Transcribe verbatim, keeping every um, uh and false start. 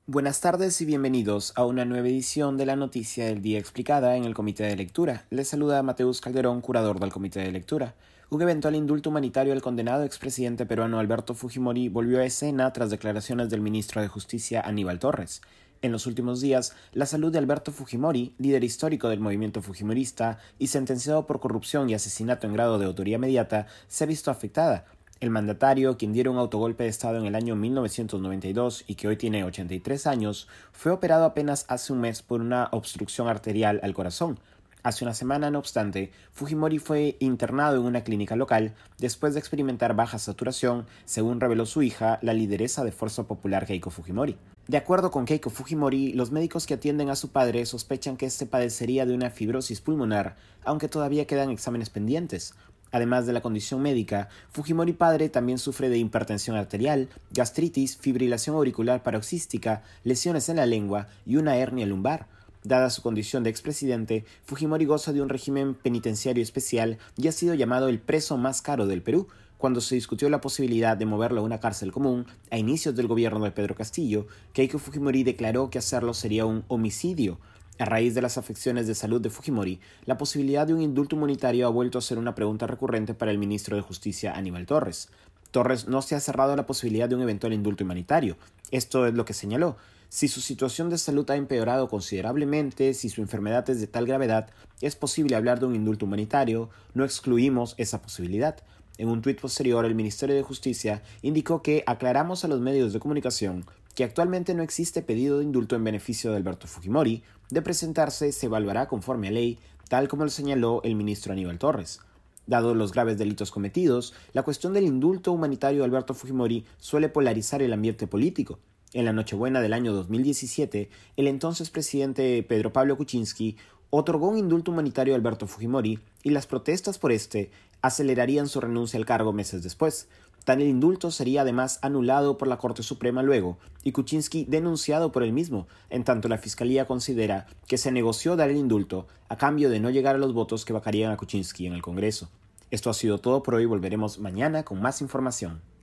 Buenas tardes y bienvenidos a una nueva edición de la Noticia del Día Explicada en el Comité de Lectura. Les saluda Mateus Calderón, curador del Comité de Lectura. Un eventual indulto humanitario al condenado expresidente peruano Alberto Fujimori volvió a escena tras declaraciones del ministro de Justicia Aníbal Torres. En los últimos días, la salud de Alberto Fujimori, líder histórico del movimiento fujimorista y sentenciado por corrupción y asesinato en grado de autoría inmediata, se ha visto afectada. El mandatario, quien diera un autogolpe de Estado en el año mil novecientos noventa y dos y que hoy tiene ochenta y tres años, fue operado apenas hace un mes por una obstrucción arterial al corazón. Hace una semana, no obstante, Fujimori fue internado en una clínica local después de experimentar baja saturación, según reveló su hija, la lideresa de Fuerza Popular Keiko Fujimori. De acuerdo con Keiko Fujimori, los médicos que atienden a su padre sospechan que éste padecería de una fibrosis pulmonar, aunque todavía quedan exámenes pendientes. Además de la condición médica, Fujimori padre también sufre de hipertensión arterial, gastritis, fibrilación auricular paroxística, lesiones en la lengua y una hernia lumbar. Dada su condición de expresidente, Fujimori goza de un régimen penitenciario especial y ha sido llamado el preso más caro del Perú. Cuando se discutió la posibilidad de moverlo a una cárcel común, a inicios del gobierno de Pedro Castillo, Keiko Fujimori declaró que hacerlo sería un homicidio. A raíz de las afecciones de salud de Fujimori, la posibilidad de un indulto humanitario ha vuelto a ser una pregunta recurrente para el ministro de Justicia Aníbal Torres. Torres no se ha cerrado a la posibilidad de un eventual indulto humanitario. Esto es lo que señaló. Si su situación de salud ha empeorado considerablemente, si su enfermedad es de tal gravedad, es posible hablar de un indulto humanitario, no excluimos esa posibilidad. En un tuit posterior, el Ministerio de Justicia indicó que aclaramos a los medios de comunicación que actualmente no existe pedido de indulto en beneficio de Alberto Fujimori. De presentarse, se evaluará conforme a ley, tal como lo señaló el ministro Aníbal Torres. Dados los graves delitos cometidos, la cuestión del indulto humanitario de Alberto Fujimori suele polarizar el ambiente político. En la Nochebuena del año dos mil diecisiete, el entonces presidente Pedro Pablo Kuczynski otorgó un indulto humanitario a Alberto Fujimori y las protestas por este acelerarían su renuncia al cargo meses después. Tal indulto sería además anulado por la Corte Suprema luego, y Kuczynski denunciado por él mismo, en tanto la Fiscalía considera que se negoció dar el indulto a cambio de no llegar a los votos que vacarían a Kuczynski en el Congreso. Esto ha sido todo por hoy, volveremos mañana con más información.